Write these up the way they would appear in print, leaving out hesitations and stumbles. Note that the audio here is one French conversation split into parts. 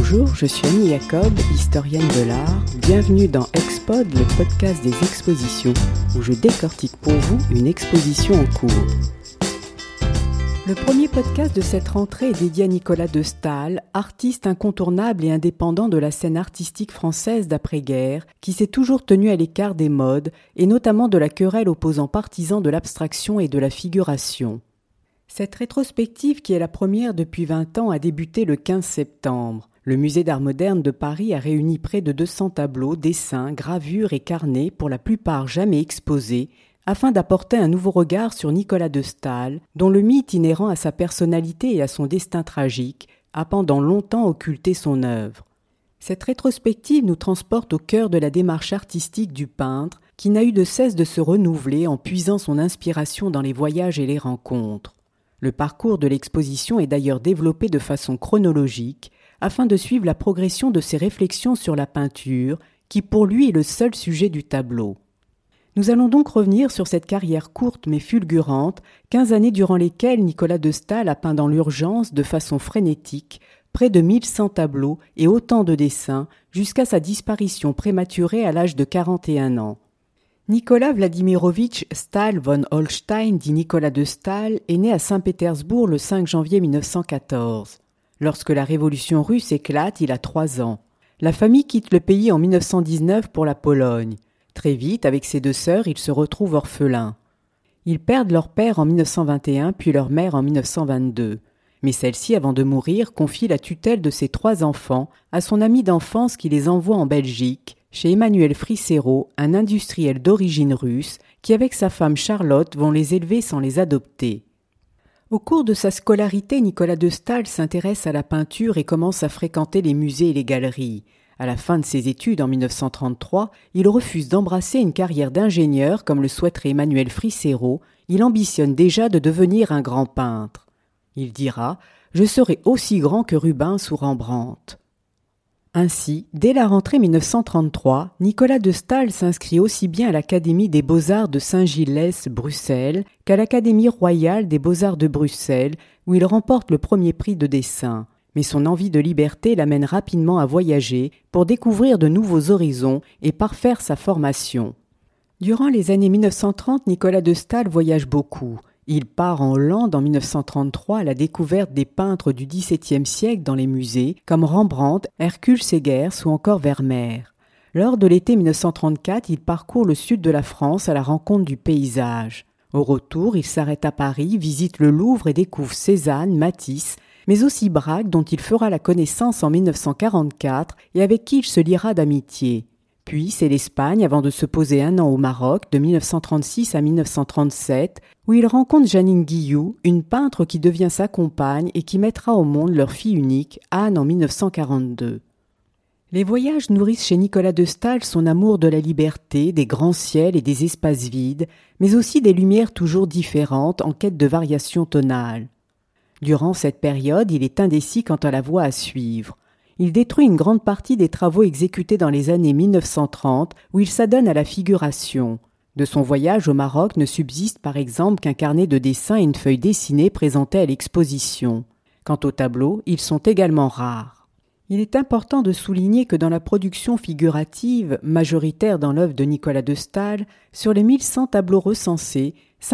Bonjour, je suis Annie Jacob, historienne de l'art. Bienvenue dans Expod, le podcast des expositions, où je décortique pour vous une exposition en cours. Le premier podcast de cette rentrée est dédié à Nicolas de Staël, artiste incontournable et indépendant de la scène artistique française d'après-guerre, qui s'est toujours tenu à l'écart des modes, et notamment de la querelle opposant partisans de l'abstraction et de la figuration. Cette rétrospective, qui est la première depuis 20 ans, a débuté le 15 septembre. Le Musée d'art moderne de Paris a réuni près de 200 tableaux, dessins, gravures et carnets, pour la plupart jamais exposés, afin d'apporter un nouveau regard sur Nicolas de Staël, dont le mythe inhérent à sa personnalité et à son destin tragique a pendant longtemps occulté son œuvre. Cette rétrospective nous transporte au cœur de la démarche artistique du peintre, qui n'a eu de cesse de se renouveler en puisant son inspiration dans les voyages et les rencontres. Le parcours de l'exposition est d'ailleurs développé de façon chronologique, afin de suivre la progression de ses réflexions sur la peinture, qui pour lui est le seul sujet du tableau. Nous allons donc revenir sur cette carrière courte mais fulgurante, 15 années durant lesquelles Nicolas de Staël a peint dans l'urgence, de façon frénétique, près de 1100 tableaux et autant de dessins, jusqu'à sa disparition prématurée à l'âge de 41 ans. Nicolas Vladimirovitch Staël von Holstein, dit Nicolas de Staël, est né à Saint-Pétersbourg le 5 janvier 1914. Lorsque la révolution russe éclate, il a 3 ans. La famille quitte le pays en 1919 pour la Pologne. Très vite, avec ses 2 sœurs, ils se retrouvent orphelins. Ils perdent leur père en 1921, puis leur mère en 1922. Mais celle-ci, avant de mourir, confie la tutelle de ses 3 enfants à son ami d'enfance qui les envoie en Belgique, chez Emmanuel Frissero, un industriel d'origine russe, qui avec sa femme Charlotte vont les élever sans les adopter. Au cours de sa scolarité, Nicolas de Staël s'intéresse à la peinture et commence à fréquenter les musées et les galeries. À la fin de ses études en 1933, il refuse d'embrasser une carrière d'ingénieur comme le souhaiterait Emmanuel Frissero. Il ambitionne déjà de devenir un grand peintre. Il dira « Je serai aussi grand que Rubens ou Rembrandt ». Ainsi, dès la rentrée 1933, Nicolas de Staël s'inscrit aussi bien à l'Académie des Beaux-Arts de Saint-Gilles, Bruxelles, qu'à l'Académie royale des Beaux-Arts de Bruxelles, où il remporte le premier prix de dessin. Mais son envie de liberté l'amène rapidement à voyager pour découvrir de nouveaux horizons et parfaire sa formation. Durant les années 1930, Nicolas de Staël voyage beaucoup. Il part en Hollande en 1933 à la découverte des peintres du XVIIe siècle dans les musées, comme Rembrandt, Hercule Segers ou encore Vermeer. Lors de l'été 1934, il parcourt le sud de la France à la rencontre du paysage. Au retour, il s'arrête à Paris, visite le Louvre et découvre Cézanne, Matisse, mais aussi Braque, dont il fera la connaissance en 1944 et avec qui il se liera d'amitié. Puis c'est l'Espagne avant de se poser 1 an au Maroc, de 1936 à 1937, où il rencontre Jeanine Guillou, une peintre qui devient sa compagne et qui mettra au monde leur fille unique, Anne, en 1942. Les voyages nourrissent chez Nicolas de Staël son amour de la liberté, des grands ciels et des espaces vides, mais aussi des lumières toujours différentes en quête de variations tonales. Durant cette période, il est indécis quant à la voie à suivre. Il détruit une grande partie des travaux exécutés dans les années 1930 où il s'adonne à la figuration. De son voyage au Maroc ne subsiste par exemple qu'un carnet de dessins et une feuille dessinée présentés à l'exposition. Quant aux tableaux, ils sont également rares. Il est important de souligner que dans la production figurative, majoritaire dans l'œuvre de Nicolas de Staël, sur les 1100 tableaux recensés,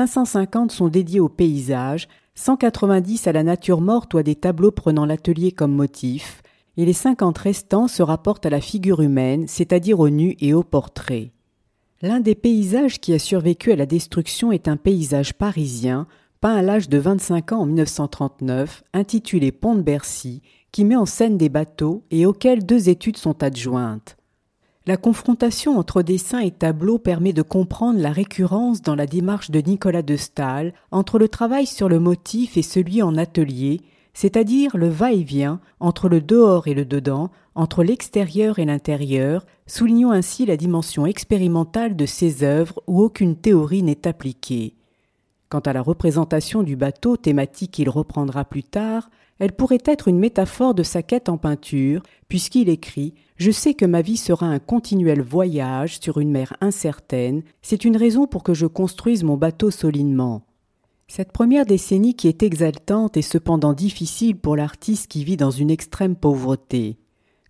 550 sont dédiés au paysage, 190 à la nature morte ou à des tableaux prenant l'atelier comme motif, et les 50 restants se rapportent à la figure humaine, c'est-à-dire au nu et au portrait. L'un des paysages qui a survécu à la destruction est un paysage parisien, peint à l'âge de 25 ans en 1939, intitulé Pont de Bercy, qui met en scène des bateaux et auquel 2 études sont adjointes. La confrontation entre dessin et tableau permet de comprendre la récurrence dans la démarche de Nicolas de Staël entre le travail sur le motif et celui en atelier, c'est-à-dire le va-et-vient entre le dehors et le dedans, entre l'extérieur et l'intérieur, soulignant ainsi la dimension expérimentale de ses œuvres où aucune théorie n'est appliquée. Quant à la représentation du bateau, thématique qu'il reprendra plus tard, elle pourrait être une métaphore de sa quête en peinture, puisqu'il écrit « Je sais que ma vie sera un continuel voyage sur une mer incertaine, c'est une raison pour que je construise mon bateau solidement. » Cette première décennie qui est exaltante est cependant difficile pour l'artiste qui vit dans une extrême pauvreté.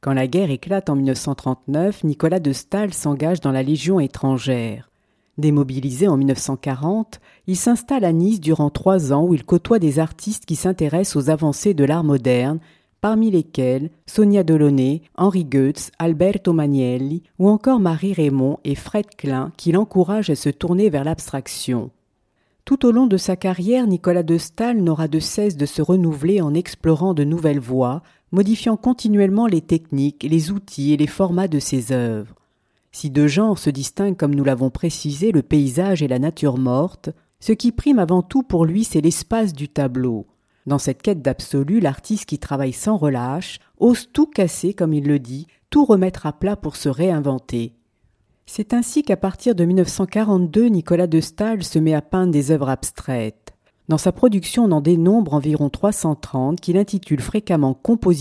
Quand la guerre éclate en 1939, Nicolas de Staël s'engage dans la Légion étrangère. Démobilisé en 1940, il s'installe à Nice durant 3 ans où il côtoie des artistes qui s'intéressent aux avancées de l'art moderne, parmi lesquels Sonia Delaunay, Henri Goetz, Alberto Manielli ou encore Marie Raymond et Fred Klein qui l'encouragent à se tourner vers l'abstraction. Tout au long de sa carrière, Nicolas de Staël n'aura de cesse de se renouveler en explorant de nouvelles voies, modifiant continuellement les techniques, les outils et les formats de ses œuvres. Si 2 genres se distinguent comme nous l'avons précisé, le paysage et la nature morte, ce qui prime avant tout pour lui c'est l'espace du tableau. Dans cette quête d'absolu, l'artiste qui travaille sans relâche ose tout casser comme il le dit, tout remettre à plat pour se réinventer. C'est ainsi qu'à partir de 1942, Nicolas de Staël se met à peindre des œuvres abstraites. Dans sa production, on en dénombre environ 330 qu'il intitule fréquemment « Composition »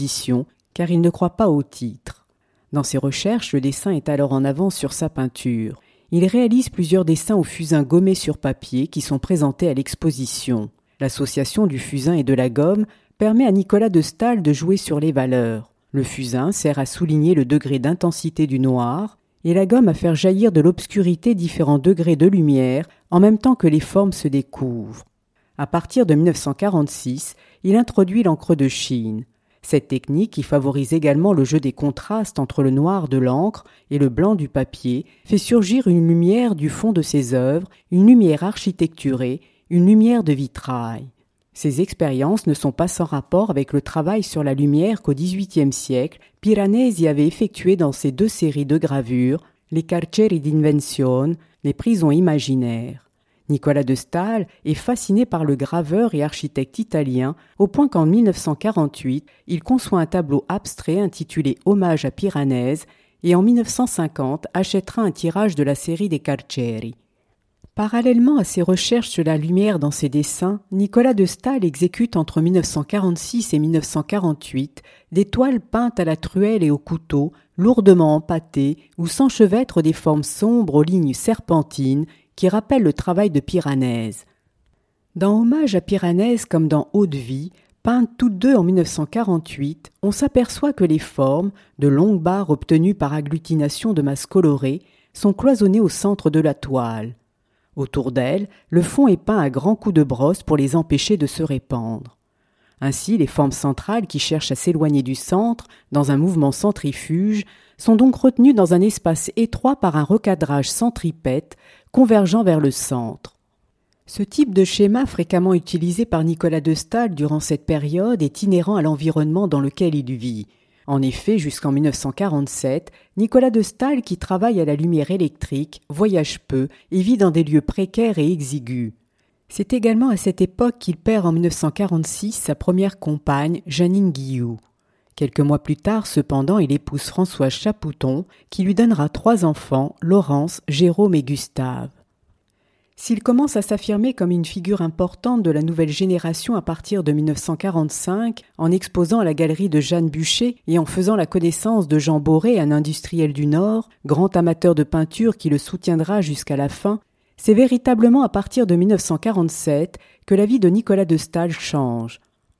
car il ne croit pas au titre. Dans ses recherches, le dessin est alors en avance sur sa peinture. Il réalise plusieurs dessins au fusain gommé sur papier qui sont présentés à l'exposition. L'association du fusain et de la gomme permet à Nicolas de Staël de jouer sur les valeurs. Le fusain sert à souligner le degré d'intensité du noir et la gomme à faire jaillir de l'obscurité différents degrés de lumière en même temps que les formes se découvrent. À partir de 1946, il introduit l'encre de Chine. Cette technique, qui favorise également le jeu des contrastes entre le noir de l'encre et le blanc du papier, fait surgir une lumière du fond de ses œuvres, une lumière architecturée, une lumière de vitrail. Ces expériences ne sont pas sans rapport avec le travail sur la lumière qu'au XVIIIe siècle, Piranesi avait effectué dans ses 2 séries de gravures, les Carceri d'invenzione, les prisons imaginaires. Nicolas de Staël est fasciné par le graveur et architecte italien au point qu'en 1948, il conçoit un tableau abstrait intitulé « Hommage à Piranesi » et en 1950 achètera un tirage de la série des Carceri. Parallèlement à ses recherches sur la lumière dans ses dessins, Nicolas de Staël exécute entre 1946 et 1948 des toiles peintes à la truelle et au couteau, lourdement empâtées, où s'enchevêtrent des formes sombres aux lignes serpentines qui rappellent le travail de Piranesi. Dans Hommage à Piranesi comme dans Eau de vie, peintes toutes 2 en 1948, on s'aperçoit que les formes, de longues barres obtenues par agglutination de masses colorées, sont cloisonnées au centre de la toile. Autour d'elles, le fond est peint à grands coups de brosse pour les empêcher de se répandre. Ainsi, les formes centrales qui cherchent à s'éloigner du centre, dans un mouvement centrifuge, sont donc retenues dans un espace étroit par un recadrage centripète convergeant vers le centre. Ce type de schéma fréquemment utilisé par Nicolas de Staël durant cette période est inhérent à l'environnement dans lequel il vit. En effet, jusqu'en 1947, Nicolas de Staël, qui travaille à la lumière électrique, voyage peu et vit dans des lieux précaires et exigus. C'est également à cette époque qu'il perd en 1946 sa première compagne, Jeannine Guillou. Quelques mois plus tard, cependant, il épouse Françoise Chapouton, qui lui donnera 3 enfants, Laurence, Jérôme et Gustave. S'il commence à s'affirmer comme une figure importante de la nouvelle génération à partir de 1945, en exposant à la galerie de Jeanne Bucher et en faisant la connaissance de Jean Boré, un industriel du Nord, grand amateur de peinture qui le soutiendra jusqu'à la fin, c'est véritablement à partir de 1947 que la vie de Nicolas de Staël change.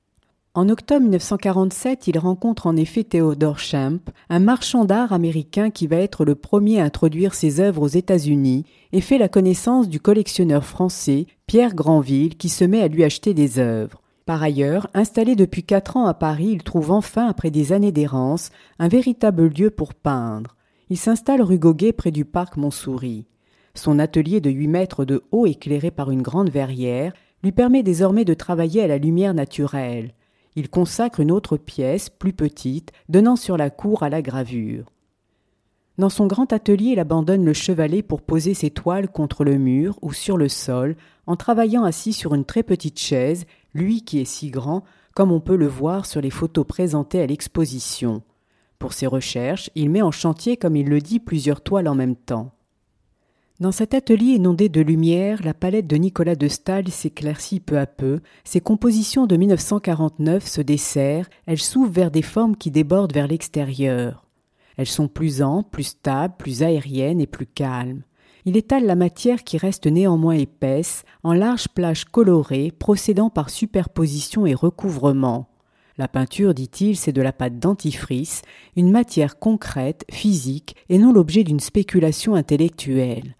En octobre 1947, il rencontre en effet Theodore Schempp, un marchand d'art américain qui va être le premier à introduire ses œuvres aux États-Unis et fait la connaissance du collectionneur français Pierre Granville qui se met à lui acheter des œuvres. Par ailleurs, installé depuis 4 ans à Paris, il trouve enfin, après des années d'errance, un véritable lieu pour peindre. Il s'installe rue Goguet près du parc Montsouris. Son atelier de 8 mètres de haut éclairé par une grande verrière lui permet désormais de travailler à la lumière naturelle. Il consacre une autre pièce, plus petite, donnant sur la cour à la gravure. Dans son grand atelier, il abandonne le chevalet pour poser ses toiles contre le mur ou sur le sol, en travaillant assis sur une très petite chaise, lui qui est si grand, comme on peut le voir sur les photos présentées à l'exposition. Pour ses recherches, il met en chantier, comme il le dit, plusieurs toiles en même temps. Dans cet atelier inondé de lumière, la palette de Nicolas de Staël s'éclaircit peu à peu, ses compositions de 1949 se desserrent, elles s'ouvrent vers des formes qui débordent vers l'extérieur. Elles sont plus amples, plus stables, plus aériennes et plus calmes. Il étale la matière qui reste néanmoins épaisse, en larges plages colorées, procédant par superposition et recouvrement. La peinture, dit-il, c'est de la pâte dentifrice, une matière concrète, physique, et non l'objet d'une spéculation intellectuelle.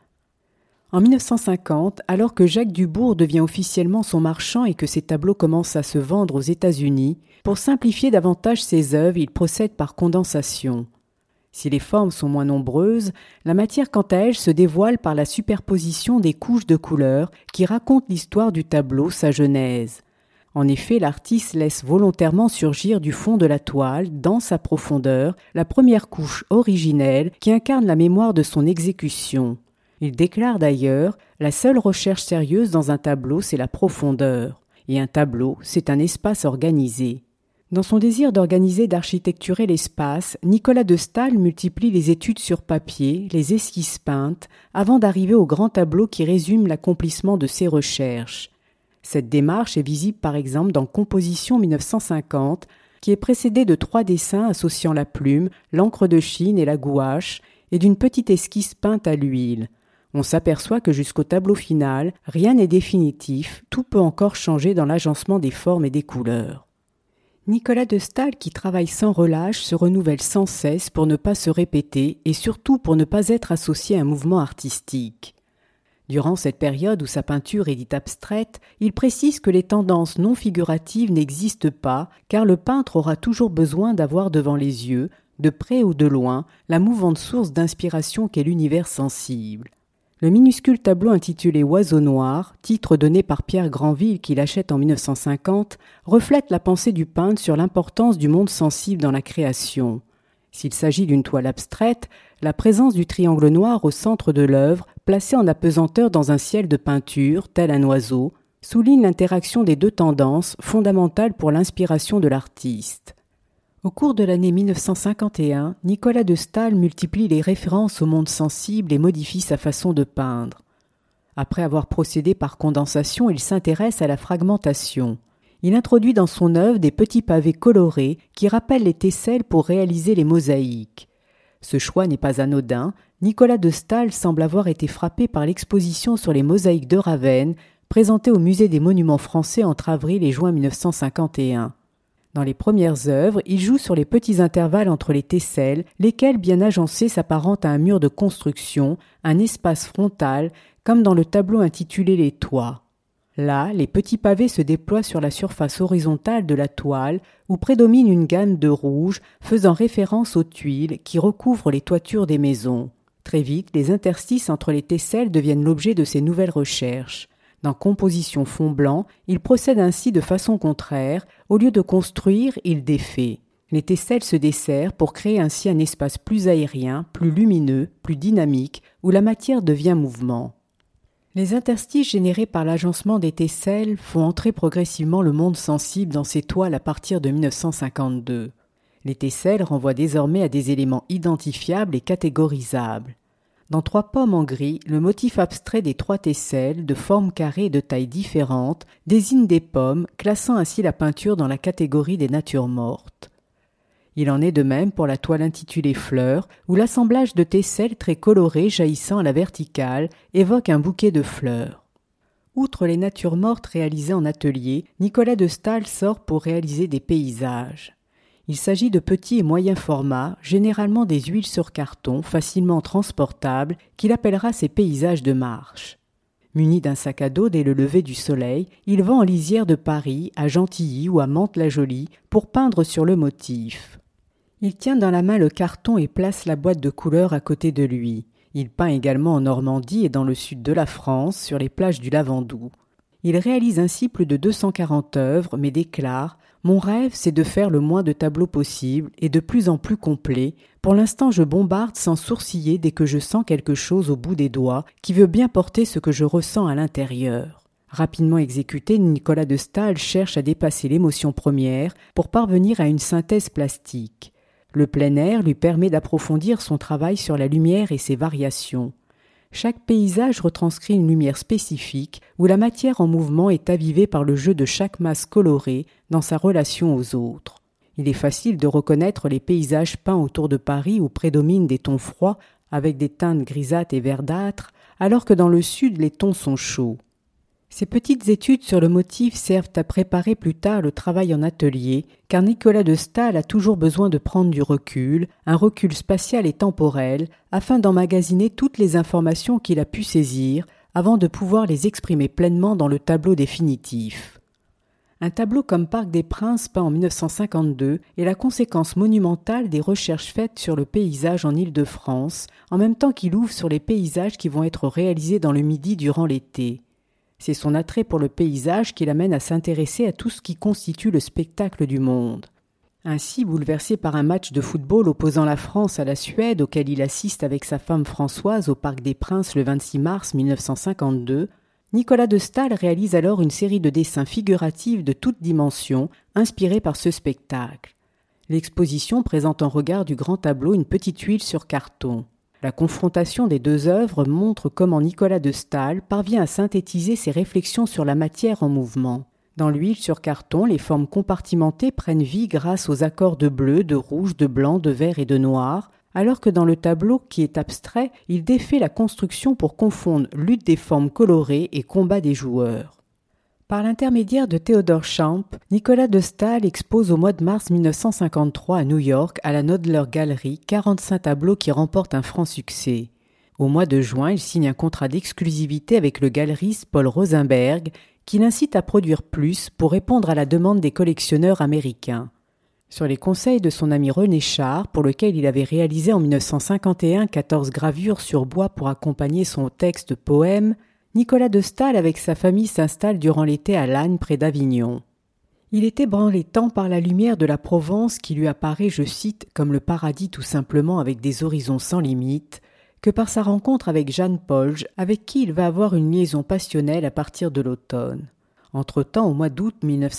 En 1950, alors que Jacques Dubourg devient officiellement son marchand et que ses tableaux commencent à se vendre aux États-Unis, pour simplifier davantage ses œuvres, il procède par condensation. Si les formes sont moins nombreuses, la matière quant à elle se dévoile par la superposition des couches de couleurs qui racontent l'histoire du tableau, sa genèse. En effet, l'artiste laisse volontairement surgir du fond de la toile, dans sa profondeur, la première couche originelle qui incarne la mémoire de son exécution. Il déclare d'ailleurs « La seule recherche sérieuse dans un tableau, c'est la profondeur. Et un tableau, c'est un espace organisé. » Dans son désir d'organiser, d'architecturer l'espace, Nicolas de Staël multiplie les études sur papier, les esquisses peintes, avant d'arriver au grand tableau qui résume l'accomplissement de ses recherches. Cette démarche est visible par exemple dans Composition 1950, qui est précédée de 3 dessins associant la plume, l'encre de Chine et la gouache, et d'une petite esquisse peinte à l'huile. On s'aperçoit que jusqu'au tableau final, rien n'est définitif, tout peut encore changer dans l'agencement des formes et des couleurs. Nicolas de Staël, qui travaille sans relâche, se renouvelle sans cesse pour ne pas se répéter et surtout pour ne pas être associé à un mouvement artistique. Durant cette période où sa peinture est dite abstraite, il précise que les tendances non figuratives n'existent pas, car le peintre aura toujours besoin d'avoir devant les yeux, de près ou de loin, la mouvante source d'inspiration qu'est l'univers sensible. Le minuscule tableau intitulé « Oiseau noir », titre donné par Pierre Granville qu'il achète en 1950, reflète la pensée du peintre sur l'importance du monde sensible dans la création. S'il s'agit d'une toile abstraite, la présence du triangle noir au centre de l'œuvre, placé en apesanteur dans un ciel de peinture, tel un oiseau, souligne l'interaction des deux tendances fondamentales pour l'inspiration de l'artiste. Au cours de l'année 1951, Nicolas de Staël multiplie les références au monde sensible et modifie sa façon de peindre. Après avoir procédé par condensation, il s'intéresse à la fragmentation. Il introduit dans son œuvre des petits pavés colorés qui rappellent les tesselles pour réaliser les mosaïques. Ce choix n'est pas anodin. Nicolas de Staël semble avoir été frappé par l'exposition sur les mosaïques de Ravenne, présentée au Musée des Monuments français entre avril et juin 1951. Dans les premières œuvres, il joue sur les petits intervalles entre les tesselles, lesquels, bien agencés, s'apparentent à un mur de construction, un espace frontal, comme dans le tableau intitulé « Les toits ». Là, les petits pavés se déploient sur la surface horizontale de la toile, où prédomine une gamme de rouge, faisant référence aux tuiles qui recouvrent les toitures des maisons. Très vite, les interstices entre les tesselles deviennent l'objet de ses nouvelles recherches. Dans Composition fond blanc, il procède ainsi de façon contraire. Au lieu de construire, il défait. Les tesselles se desserrent pour créer ainsi un espace plus aérien, plus lumineux, plus dynamique, où la matière devient mouvement. Les interstices générés par l'agencement des tesselles font entrer progressivement le monde sensible dans ces toiles à partir de 1952. Les tesselles renvoient désormais à des éléments identifiables et catégorisables. Dans 3 pommes en gris, le motif abstrait des 3 tesselles, de forme carrée et de tailles différentes, désigne des pommes, classant ainsi la peinture dans la catégorie des natures mortes. Il en est de même pour la toile intitulée Fleurs, où l'assemblage de tesselles très colorées jaillissant à la verticale évoque un bouquet de fleurs. Outre les natures mortes réalisées en atelier, Nicolas de Staël sort pour réaliser des paysages. Il s'agit de petits et moyens formats, généralement des huiles sur carton, facilement transportables, qu'il appellera ses paysages de marche. Muni d'un sac à dos dès le lever du soleil, il va en lisière de Paris, à Gentilly ou à Mantes-la-Jolie, pour peindre sur le motif. Il tient dans la main le carton et place la boîte de couleurs à côté de lui. Il peint également en Normandie et dans le sud de la France, sur les plages du Lavandou. Il réalise ainsi plus de 240 œuvres, mais déclare « Mon rêve, c'est de faire le moins de tableaux possible et de plus en plus complet. Pour l'instant, je bombarde sans sourciller dès que je sens quelque chose au bout des doigts qui veut bien porter ce que je ressens à l'intérieur. » Rapidement exécuté, Nicolas de Staël cherche à dépasser l'émotion première pour parvenir à une synthèse plastique. Le plein air lui permet d'approfondir son travail sur la lumière et ses variations. Chaque paysage retranscrit une lumière spécifique où la matière en mouvement est avivée par le jeu de chaque masse colorée dans sa relation aux autres. Il est facile de reconnaître les paysages peints autour de Paris où prédominent des tons froids avec des teintes grisâtres et verdâtres, alors que dans le sud les tons sont chauds. Ces petites études sur le motif servent à préparer plus tard le travail en atelier, car Nicolas de Staël a toujours besoin de prendre du recul, un recul spatial et temporel, afin d'emmagasiner toutes les informations qu'il a pu saisir, avant de pouvoir les exprimer pleinement dans le tableau définitif. Un tableau comme Parc des Princes peint en 1952 est la conséquence monumentale des recherches faites sur le paysage en Île-de-France, en même temps qu'il ouvre sur les paysages qui vont être réalisés dans le Midi durant l'été. C'est son attrait pour le paysage qui l'amène à s'intéresser à tout ce qui constitue le spectacle du monde. Ainsi, bouleversé par un match de football opposant la France à la Suède auquel il assiste avec sa femme Françoise au Parc des Princes le 26 mars 1952, Nicolas de Staël réalise alors une série de dessins figuratifs de toutes dimensions inspirés par ce spectacle. L'exposition présente en regard du grand tableau une petite huile sur carton. La confrontation des deux œuvres montre comment Nicolas de Staël parvient à synthétiser ses réflexions sur la matière en mouvement. Dans l'huile sur carton, les formes compartimentées prennent vie grâce aux accords de bleu, de rouge, de blanc, de vert et de noir, alors que dans le tableau, qui est abstrait, il défait la construction pour confondre lutte des formes colorées et combat des joueurs. Par l'intermédiaire de Theodore Champ, Nicolas de Staël expose au mois de mars 1953 à New York, à la Knoedler Gallery, 45 tableaux qui remportent un franc succès. Au mois de juin, il signe un contrat d'exclusivité avec le galeriste Paul Rosenberg, qui l'incite à produire plus pour répondre à la demande des collectionneurs américains. Sur les conseils de son ami René Char, pour lequel il avait réalisé en 1951 14 gravures sur bois pour accompagner son texte poème, Nicolas de Staël avec sa famille s'installe durant l'été à Lagnes près d'Avignon. Il est ébranlé tant par la lumière de la Provence qui lui apparaît, je cite, comme le paradis tout simplement avec des horizons sans limite, que par sa rencontre avec Jeanne Polge, avec qui il va avoir une liaison passionnelle à partir de l'automne. Entre-temps, au mois d'août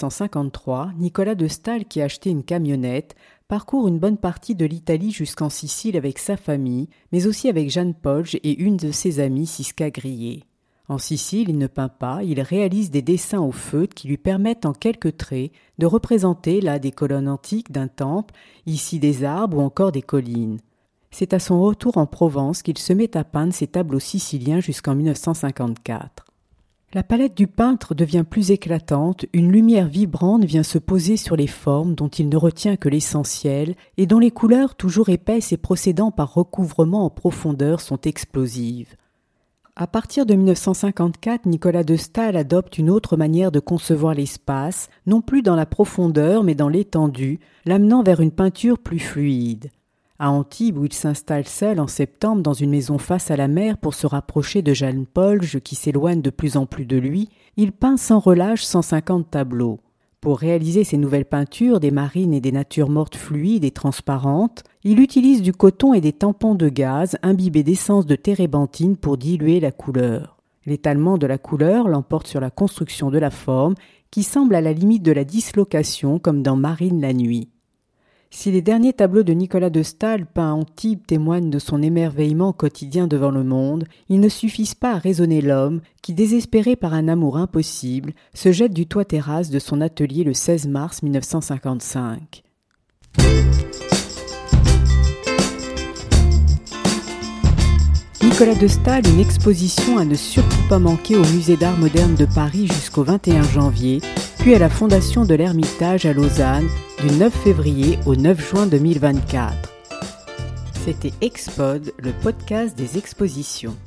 1953, Nicolas de Staël, qui a acheté une camionnette, parcourt une bonne partie de l'Italie jusqu'en Sicile avec sa famille, mais aussi avec Jeanne Polge et une de ses amies, Siska Grier. En Sicile, il ne peint pas, il réalise des dessins au feutre qui lui permettent en quelques traits de représenter là des colonnes antiques d'un temple, ici des arbres ou encore des collines. C'est à son retour en Provence qu'il se met à peindre ses tableaux siciliens jusqu'en 1954. La palette du peintre devient plus éclatante, une lumière vibrante vient se poser sur les formes dont il ne retient que l'essentiel et dont les couleurs, toujours épaisses et procédant par recouvrement en profondeur, sont explosives. À partir de 1954, Nicolas de Staël adopte une autre manière de concevoir l'espace, non plus dans la profondeur mais dans l'étendue, l'amenant vers une peinture plus fluide. À Antibes, où il s'installe seul en septembre dans une maison face à la mer pour se rapprocher de Jeanne Polge qui s'éloigne de plus en plus de lui, il peint sans relâche 150 tableaux. Pour réaliser ces nouvelles peintures, des marines et des natures mortes fluides et transparentes, il utilise du coton et des tampons de gaz imbibés d'essence de térébenthine pour diluer la couleur. L'étalement de la couleur l'emporte sur la construction de la forme qui semble à la limite de la dislocation comme dans Marine la nuit. Si les derniers tableaux de Nicolas de Staël peints à Antibes témoignent de son émerveillement quotidien devant le monde, ils ne suffisent pas à raisonner l'homme qui, désespéré par un amour impossible, se jette du toit terrasse de son atelier le 16 mars 1955. Nicolas de Staël, une exposition à ne surtout pas manquer au Musée d'Art Moderne de Paris jusqu'au 21 janvier, puis à la Fondation de l'Ermitage à Lausanne du 9 février au 9 juin 2024. C'était Expod, le podcast des expositions.